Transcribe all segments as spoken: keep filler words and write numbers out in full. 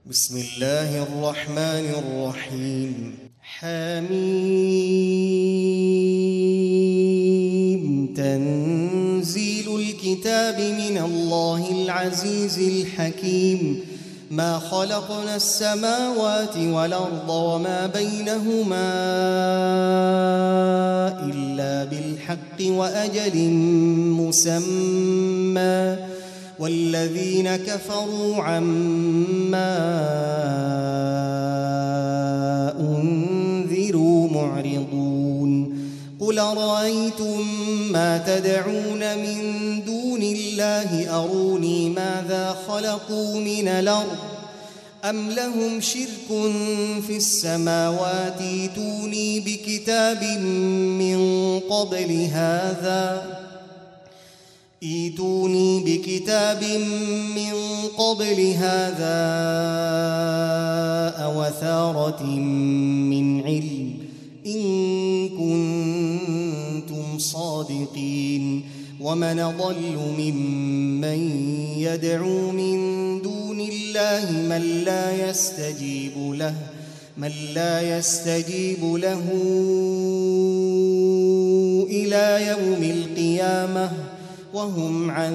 بسم الله الرحمن الرحيم. حميم. تنزيل الكتاب من الله العزيز الحكيم. ما خلقنا السماوات والأرض وما بينهما إلا بالحق وأجل مسمى والذين كفروا عما أنذروا معرضون. قل أرأيتم ما تدعون من دون الله أروني ماذا خلقوا من الأرض أم لهم شرك في السماوات ائتوني بكتاب من قبل هذا ايتوني بكتاب من قبل هذا أو أثارة من علم إن كنتم صادقين. ومن أضل ممن يدعو من دون الله من لا يستجيب له من لا يستجيب له إلى يوم القيامة وهم عن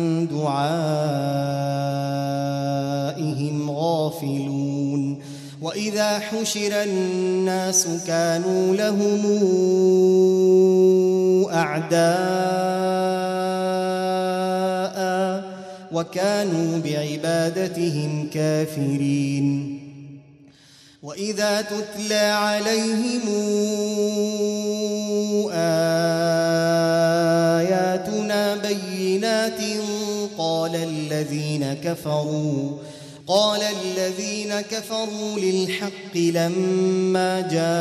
دعائهم غافلون. وإذا حشر الناس كانوا لهم أعداء وكانوا بعبادتهم كافرين. وإذا تتلى عليهم آياتنا بينات قال الذين كفروا قال الذين كفروا للحق لما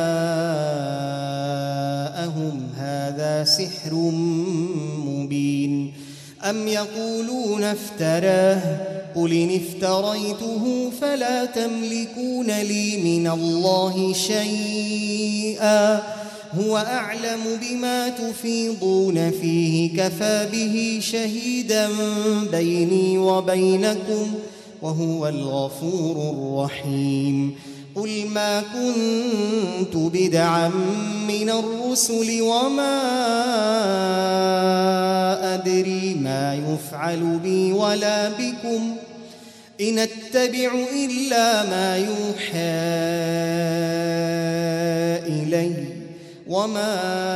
جاءهم هذا سحر مبين. أم يقولون افتراه قل إن افتريته فلا تملكون لي من الله شيئا هو أعلم بما تفيضون فيه كفى به شهيدا بيني وبينكم وهو الغفور الرحيم. قل ما كنت بدعا من الرسل وما أدري ما يفعل بي ولا بكم إن أتبع إلا ما يوحى إلي وما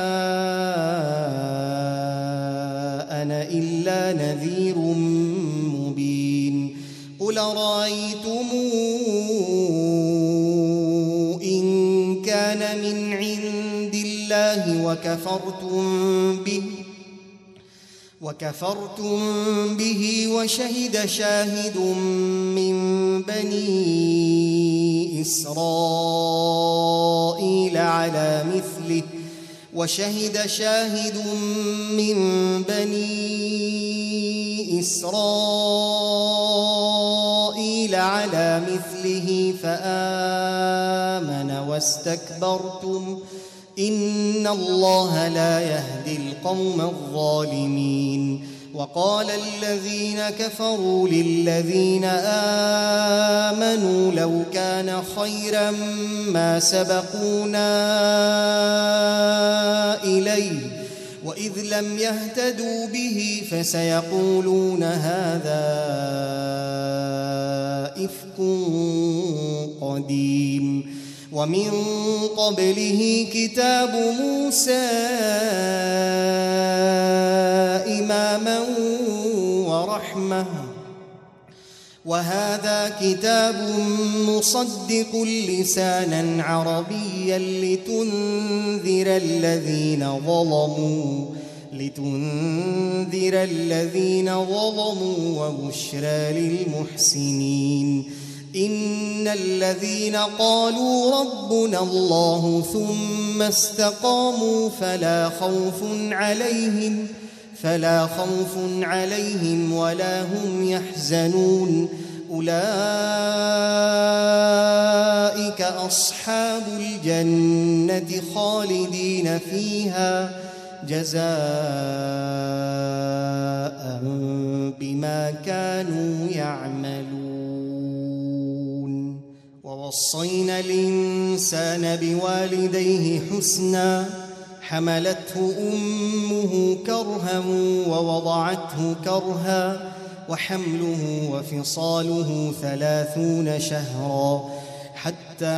أنا إلا نذير مبين. قل أرأيتم إن كان من عند الله وكفرتم به وكفرتم به وشهد شاهد من بني إسرائيل على مثله وشهد شاهد من بني إسرائيل على مثله فآمن واستكبرتم إن الله لا يهدي القوم الظالمين. وقال الذين كفروا للذين آمنوا لو كان خيرا ما سبقونا إليه وإذ لم يهتدوا به فسيقولون هذا إفك قديم. ومن قبله كتاب موسى إماما ورحمة وهذا كتاب مصدق لسانا عربيا لتنذر الذين ظلموا لتنذر الذين ظلموا وبشرى للمحسنين. إن الذين قالوا ربنا الله ثم استقاموا فلا خوف عليهم فلا خوف عليهم ولا هم يحزنون أولئك أصحاب الجنة خالدين فيها جزاء بما كانوا يعملون. ووصينا الإنسان بوالديه حسنا حملته أمه كرها ووضعته كرها وحمله وفصاله ثلاثون شهرا حتى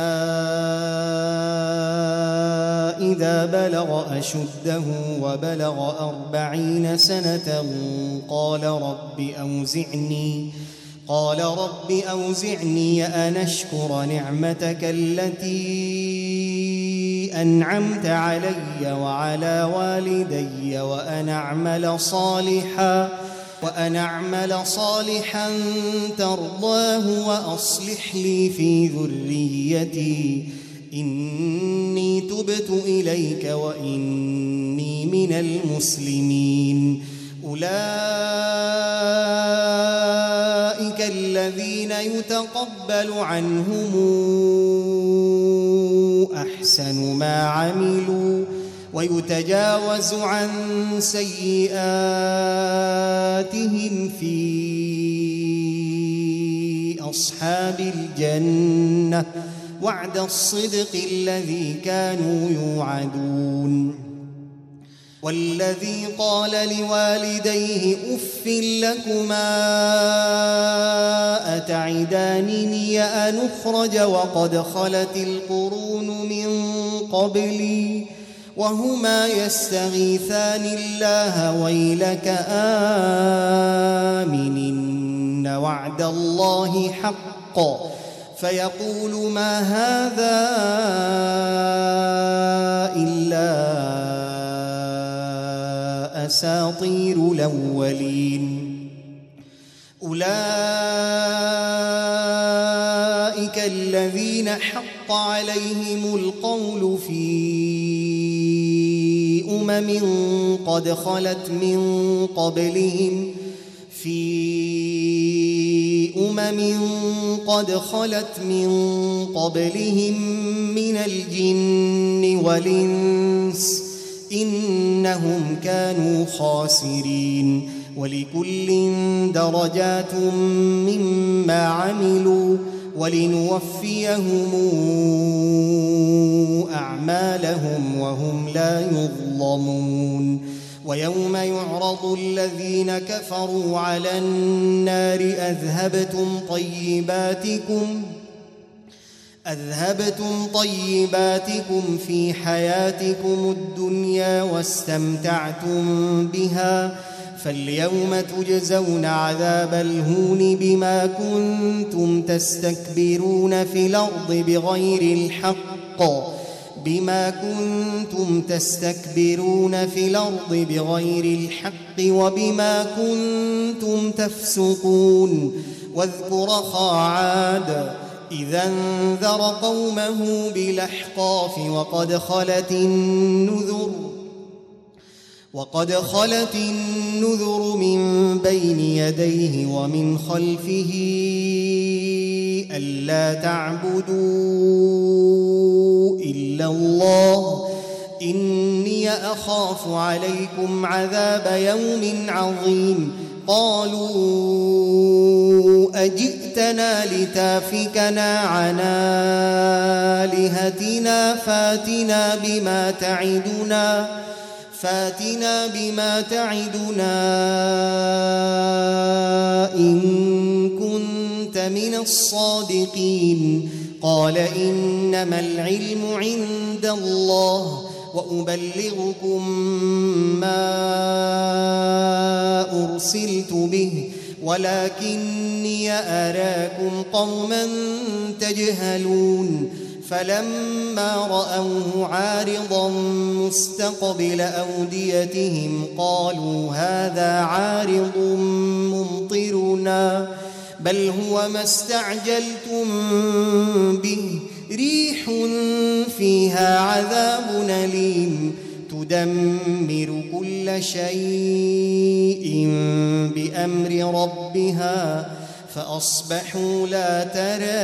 إذا بلغ أشده وبلغ أربعين سنة قال رب أوزعني قال رب أوزعني أن أشكر نعمتك التي أنعمت علي وعلى والدي وأن أعمل صالحا وأن أعمل صالحا ترضاه وأصلح لي في ذريتي إني تبت إليك وإني من المسلمين. أولئك الذين يتقبل عنهم أحسن ما عملوا ويتجاوز عن سيئاتهم في أصحاب الجنة وعد الصدق الذي كانوا يوعدون. والذي قال لوالديه أف لكما أتعدانني أن أخرج وقد خلت القرون من قبلي وهما يستغيثان الله ويلك آمن إن وعد الله حق فيقول ما هذا إلا أساطير الأولين. أولئك الذين حق عليهم القول في أمم قد خلت من قبلهم في أمم قد خلت من قبلهم من الجن والإنس إنهم كانوا خاسرين. ولكل درجات مما عملوا ولنوفيهم أعمالهم وهم لا يظلمون. ويوم يعرض الذين كفروا على النار أذهبتم طيباتكم أذهبتم طيباتكم في حياتكم الدنيا واستمتعتم بها فاليوم تجزون عذاب الهون بما كنتم تستكبرون في الأرض بغير الحق بما كنتم تستكبرون في الأرض بغير الحق وبما كنتم تفسقون. واذكر أخا عاد إذا انذر قومه بالأحقاف وقد خلت النذر وقد خلت النذر من بين يديه ومن خلفه ألا تعبدوا إلا الله إني أخاف عليكم عذاب يوم عظيم. قالوا أجئتنا لتافكنا عن آلهتنا فاتنا بما تعدنا فاتنا بما تعدنا إن كنت من الصادقين. قال إنما العلم عند الله وأبلغكم ما أرسلت به ولكني أراكم قوما تجهلون. فلما رأوه عارضا مستقبل أوديتهم قالوا هذا عارض ممطرنا بل هو ما استعجلتم به ريح فيها عذاب أليم تدمر كل شيء بأمر ربها فأصبحوا لا ترى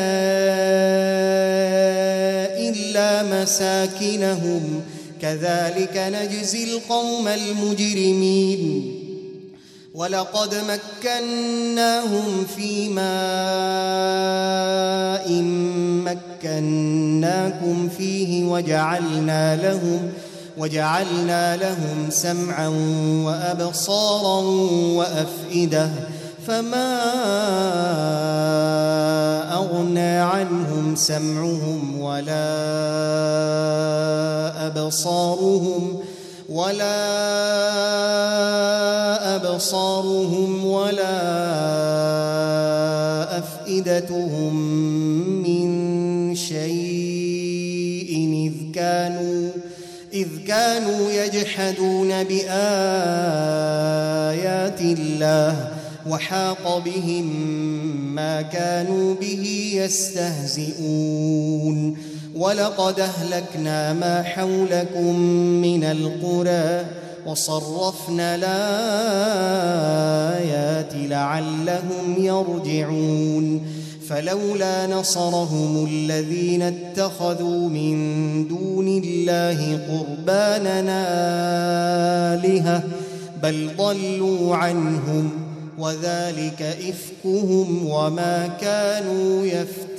إلا مساكنهم كذلك نجزي القوم المجرمين. ولقد مكناهم في ماء مكناكم فيه وجعلنا لهم وجعلنا لهم سمعا وأبصارا وأفئدة فما أغنى عنهم سمعهم ولا أبصارهم ولا أبصارهم ولا أفئدتهم من شيء إذ كانوا إذ كانوا يجحدون بآيات الله وحاق بهم ما كانوا به يستهزئون ولقد أهلكنا ما حولكم من القرى وصرفنا الآيات لعلهم يرجعون فلولا نصرهم الذين اتخذوا من دون الله قربانا آلهة بل ضلوا عنهم وذلك إفكهم وما كانوا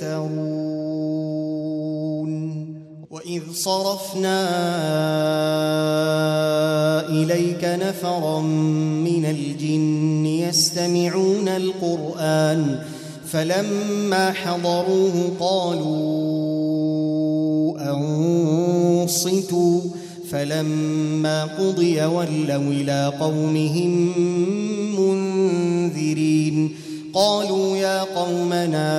يفترون وإذ صرفنا إليك نفرا من الجن يستمعون القرآن فلما حضروه قالوا أنصتوا فلما قضي ولوا إلى قومهم منذرين قالوا يا قومنا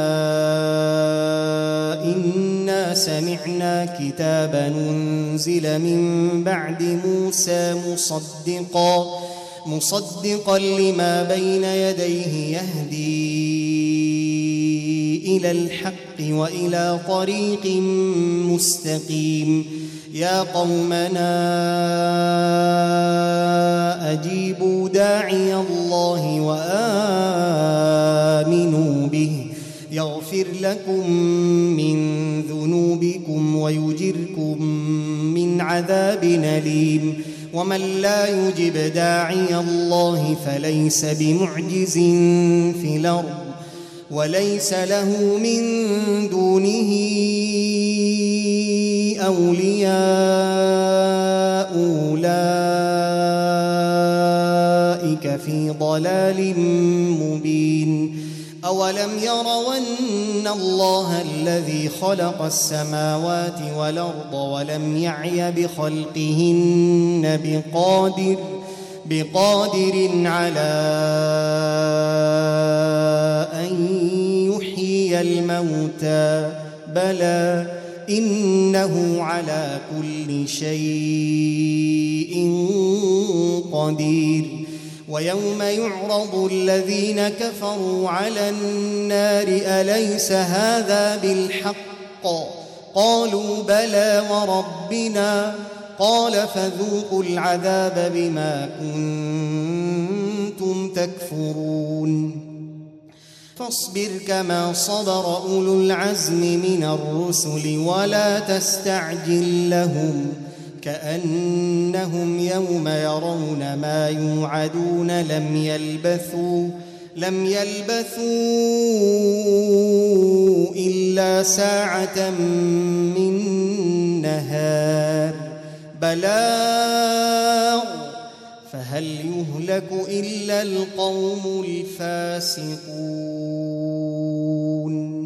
إنا سمعنا كتابا أنزل من بعد موسى مصدقا مصدقا لما بين يديه يهدي إلى الحق وإلى طريق مستقيم يا قومنا أجيبوا داعي الله وآمنوا به يغفر لكم من ذنوبكم ويجركم من عذاب أليم ومن لا يجب داعي الله فليس بمعجز في الأرض وليس له من دونه أولياء أولئك في ضلال مبين أولم يروا أن الله الذي خلق السماوات والأرض ولم يعي بخلقهن بقادر بقادر على أن يحيي الموتى بلى إنه على كل شيء قدير ويوم يعرض الذين كفروا على النار أليس هذا بالحق قالوا بلى وربنا قال فذوقوا العذاب بما كنتم تكفرون فاصبر كما صبر أولو العزم من الرسل ولا تستعجل لهم كأنهم يوم يرون ما يوعدون لم يلبثوا لم يلبثوا إلا ساعة من نهار بلاغ فهل يهلك إلا القوم الفاسقون